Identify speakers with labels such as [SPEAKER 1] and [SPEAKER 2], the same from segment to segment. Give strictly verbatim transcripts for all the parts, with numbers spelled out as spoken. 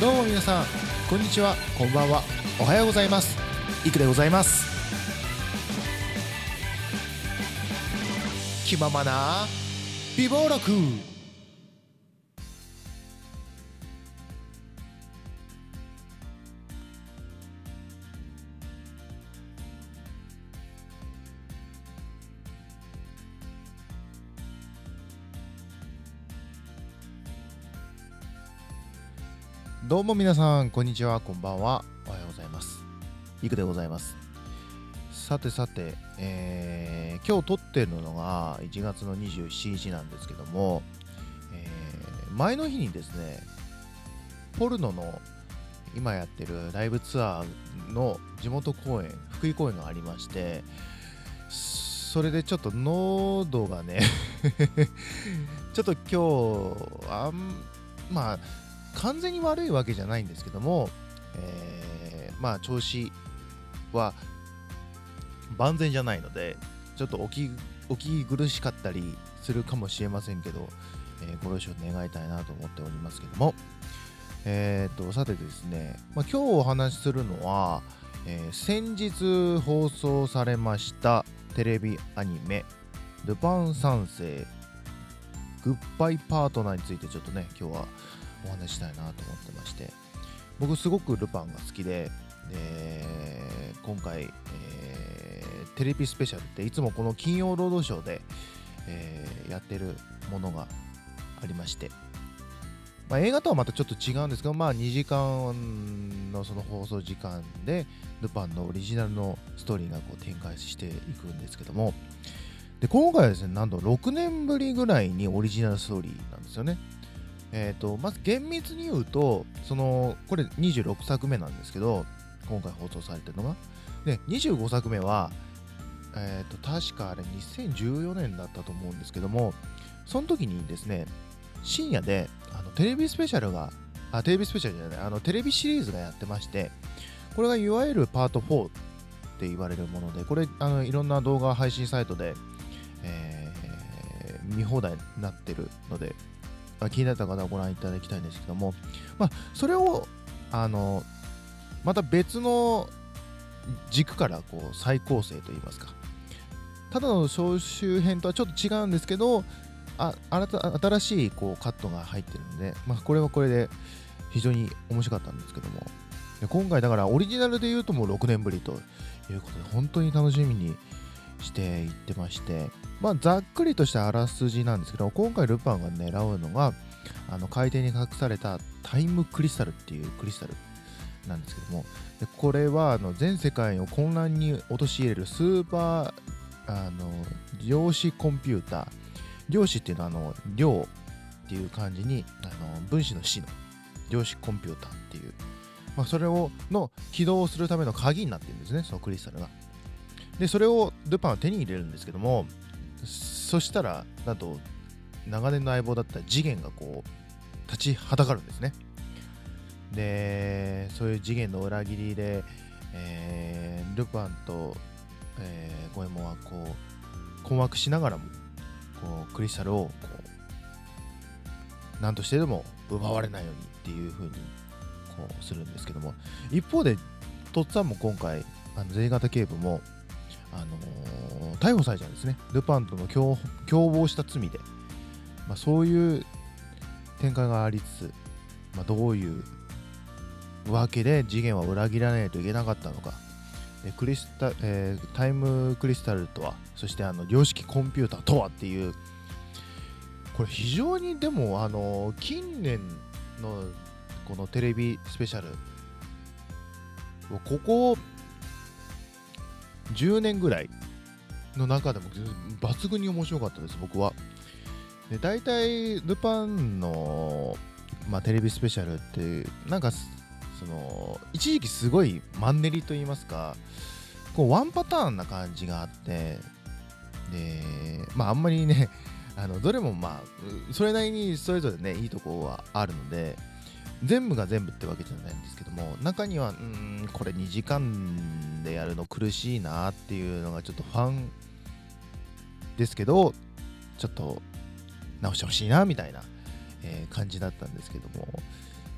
[SPEAKER 1] どうも皆さん、こんにちは、こんばんは、おはようございます。いくでございます。気ままな美貌録。どうも皆さん、こんにちは、こんばんは、おはようございます。いくでございます。さてさて、えー、今日撮ってるのがいちがつのにじゅうしちにちなんですけども、えー、前の日にですね、ポルノの今やってるライブツアーの地元公演、福井公演がありまして、それでちょっと喉がねちょっと今日あんまあ完全に悪いわけじゃないんですけども、えー、まあ調子は万全じゃないので、ちょっとおきお聞き苦しかったりするかもしれませんけど、えー、ご了承願いたいなと思っておりますけども、えーとさてですね、まあ、今日お話しするのは、えー、先日放送されましたテレビアニメルパン三世グッバイパートナーについてちょっとね今日はお話ししたいなと思ってまして、僕すごくルパンが好きで、で今回、えー、テレビスペシャルっていつもこの金曜ロードショーで、えー、やってるものがありまして、まあ、映画とはまたちょっと違うんですけど、まあにじかんのその放送時間でルパンのオリジナルのストーリーがこう展開していくんですけども、で今回はですね、なんとろくねんぶりぐらいにオリジナルストーリーなんですよね。えーと、まず厳密に言うと、その、これにじゅうろくさくめなんですけど、今回放送されてるのが。で、にじゅうごさくめは、えーと、確かあれにせんじゅうよねんだったと思うんですけども、その時にですね、深夜であのテレビスペシャルが、あ、テレビスペシャルじゃない、あのテレビシリーズがやってまして、これがいわゆるパートフォーって言われるもので、これ、あのいろんな動画配信サイトで、えー、見放題になってるので、気になった方はご覧いただきたいんですけども、まあ、それをあのまた別の軸からこう再構成といいますか、ただの総集編とはちょっと違うんですけど、あ新た新しいこうカットが入ってるので、まあ、これはこれで非常に面白かったんですけども、で今回だからオリジナルで言うともうろくねんぶりということで、本当に楽しみにしていってまして、まあざっくりとしたあらすじなんですけど、今回ルパンが狙うのがあの海底に隠されたタイムクリスタルっていうクリスタルなんですけども、でこれはあの全世界を混乱に陥れるスーパーあの量子コンピューター、量子っていうのはあの量っていう漢字にあの分子の子の量子コンピューターっていう、まあ、それをの起動をするための鍵になってるんですね、そのクリスタルが。でそれをルパンは手に入れるんですけども、そしたらなんと長年の相棒だった次元がこう立ちはだかるんですね。でそういう次元の裏切りで、えー、ルパンと、えー、ゴエモンはこう困惑しながらもこうクリスタルをこう何としてでも奪われないようにっていう風にこうするんですけども、一方でとっつぁんも今回あのゼイ型警部もあのー、逮捕されちゃうんですね。ルパンとの共共謀した罪で、まあ、そういう展開がありつつ、まあ、どういうわけで次元は裏切らないといけなかったのか、えクリスタ、えー、タイムクリスタルとは、そしてあの量子コンピューターとはっていう、これ非常にでもあのー、近年のこのテレビスペシャルここじゅうねんぐらいの中でも抜群に面白かったです、僕は。で大体ルパンの、まあ、テレビスペシャルってなんかその一時期すごいマンネリと言いますか、こうワンパターンな感じがあって、でまああんまりねあのどれもまあそれなりにそれぞれねいいところはあるので、全部が全部ってわけじゃないんですけども、中にはうーんこれにじかんでやるの苦しいなっていうのがちょっとファンですけど、ちょっと直してほしいなみたいな、えー感じだったんですけども、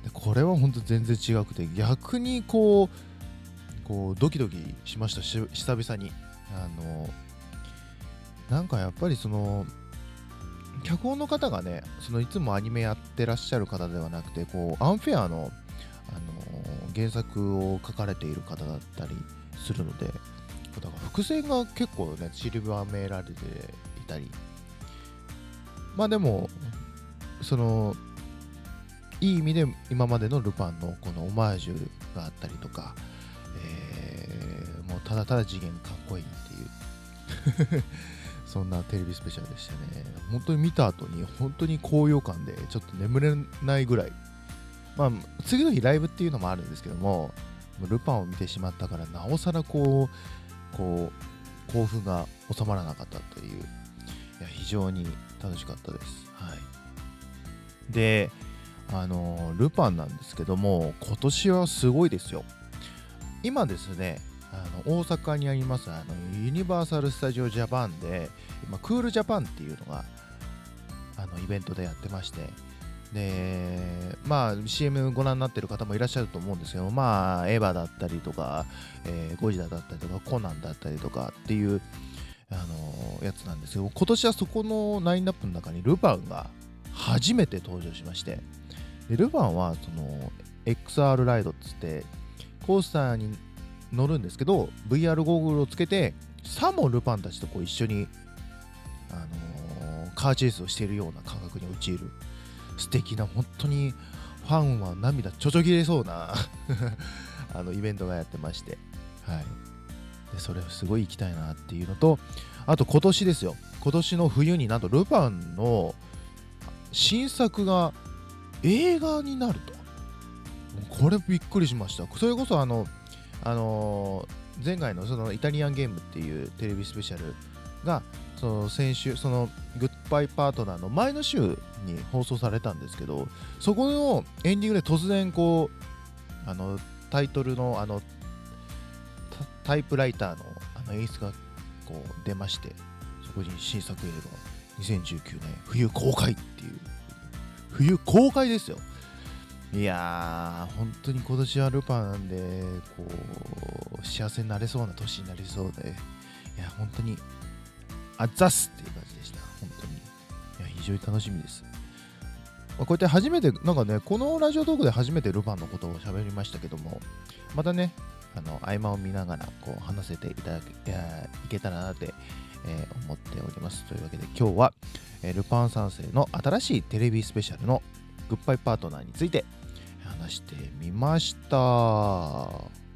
[SPEAKER 1] でこれは本当全然違くて、逆にこうこうドキドキしました。し久々にあのなんかやっぱりその脚本の方がね、そのいつもアニメやってらっしゃる方ではなくて、こうアンフェアの、あのー原作を書かれている方だったりするので、だから伏線が結構ね散りばめられていたり、まあでもそのいい意味で今までのルパンのこのオマージュがあったりとか、えー、もうただただ次元かっこいいっていうそんなテレビスペシャルでしたね。本当に見た後に本当に高揚感でちょっと眠れないぐらい、まあ次の日ライブっていうのもあるんですけども、ルパンを見てしまったからなおさらこうこう興奮が収まらなかったという、いや非常に楽しかったです。はい。で、あのルパンなんですけども、今年はすごいですよ。今ですね、あの大阪にありますあのユニバーサル・スタジオ・ジャパンで今クールジャパンっていうのがあのイベントでやってまして、でまあ シーエム ご覧になってる方もいらっしゃると思うんですけど、まあエヴァだったりとか、えー、ゴジラだったりとかコナンだったりとかっていうあのやつなんですけど、今年はそこのラインナップの中にルパンが初めて登場しまして、でルパンはその エックスアール ライドっつってコースターに乗るんですけど、 ブイアール ゴーグルをつけてさもルパンたちとこう一緒に、あのーカーチェイスをしているような感覚に陥る素敵な、本当にファンは涙ちょちょぎれそうなあのイベントがやってまして、はい、でそれすごい行きたいなっていうのと、あと今年ですよ、今年の冬になんとルパンの新作が映画になると、これびっくりしました。それこそあのあのー、前回のそのイタリアンゲームっていうテレビスペシャルがその先週、そのグッバイパートナーの前の週に放送されたんですけど、そこのエンディングで突然こうあのタイトルのあのタイプライターのあの演出がこう出まして、そこに新作映画にせんじゅうきゅうねん冬公開っていう、冬公開ですよ。いやー本当に今年はルパンなんでこう幸せになれそうな年になりそうで、いや本当にあざっすっていう感じでした。本当にいや非常に楽しみです。まあ、こうやって初めてなんかね、このラジオトークで初めてルパンのことを喋りましたけども、またねあの合間を見ながらこう話せていただけいやいけたらなって、えー、思っております。というわけで今日は、えー、ルパン三世の新しいテレビスペシャルのグッバイパートナーについて話してみました。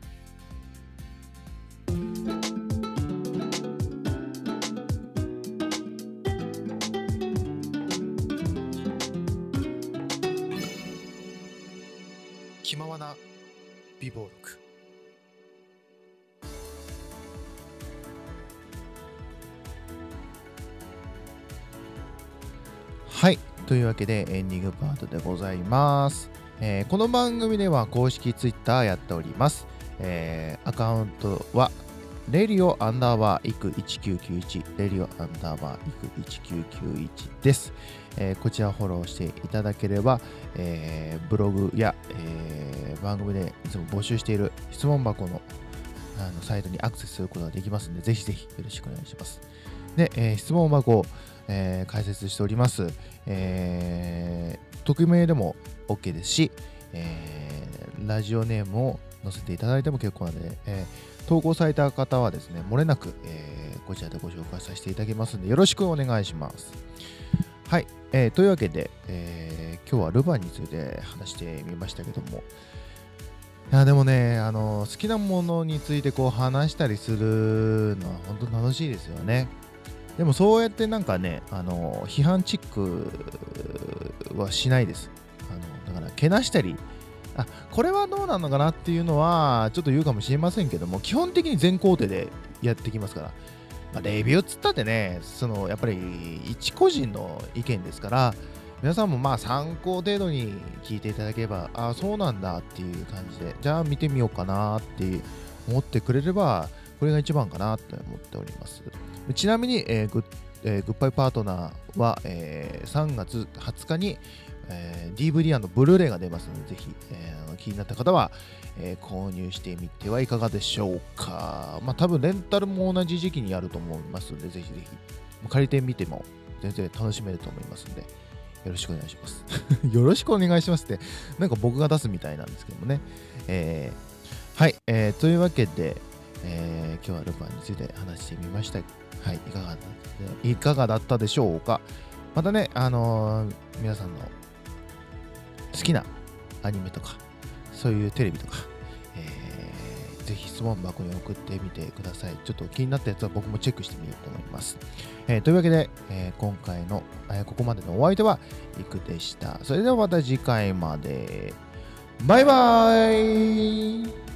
[SPEAKER 1] 気ままな美貌録。はい、というわけでエンディングパートでございます。えー、この番組では公式ツイッターやっております。えー、アカウントはレディオアンダーバーイクいちきゅうきゅういち、レディオアンダーバーイクいちきゅうきゅういちです。えー、こちらをフォローしていただければ、えー、ブログや、えー、番組でいつも募集している質問箱の、あのサイトにアクセスすることができますので、ぜひぜひよろしくお願いします。で、えー、質問箱を、えー、解説しております。えー、匿名でも OK ですし、えー、ラジオネームを載せていただいても結構なので、えー、投稿された方はですね、漏れなく、えー、こちらでご紹介させていただきますので、よろしくお願いします。はい、えー、というわけで、えー、今日はルパンについて話してみましたけども、いやでもね、あの好きなものについてこう話したりするのは本当楽しいですよね。でもそうやってなんかね、あの批判チックはしないです。あのだからけなしたり、あ、これはどうなのかなっていうのはちょっと言うかもしれませんけども、基本的に全工程でやってきますから、まあ、レビューっつったってね、そのやっぱり一個人の意見ですから、皆さんもまあ参考程度に聞いていただければ、ああそうなんだっていう感じで、じゃあ見てみようかなって思ってくれれば、これが一番かなと思っております。ちなみに、えーグッえー、グッバイパートナーは、えー、さんがつはつかに、 えー、ディーブイディー& ブルーレイが出ますので、ぜひ、えー、気になった方は、えー、購入してみてはいかがでしょうか。まあ多分レンタルも同じ時期にやると思いますので、ぜひぜひ借りてみても全然楽しめると思いますので、よろしくお願いします。よろしくお願いしますって、なんか僕が出すみたいなんですけどもね。えー、はい、えー、というわけで、えー、今日はルパンについて話してみました。はい、いかがだった、いかがだったでしょうか。またね、あのー、皆さんの好きなアニメとか、そういうテレビとか、えー、ぜひ質問箱に送ってみてください。ちょっと気になったやつは僕もチェックしてみようと思います。えー、というわけで、えー、今回の、えー、ここまでのお相手はいくでした。それではまた次回まで。バイバーイ。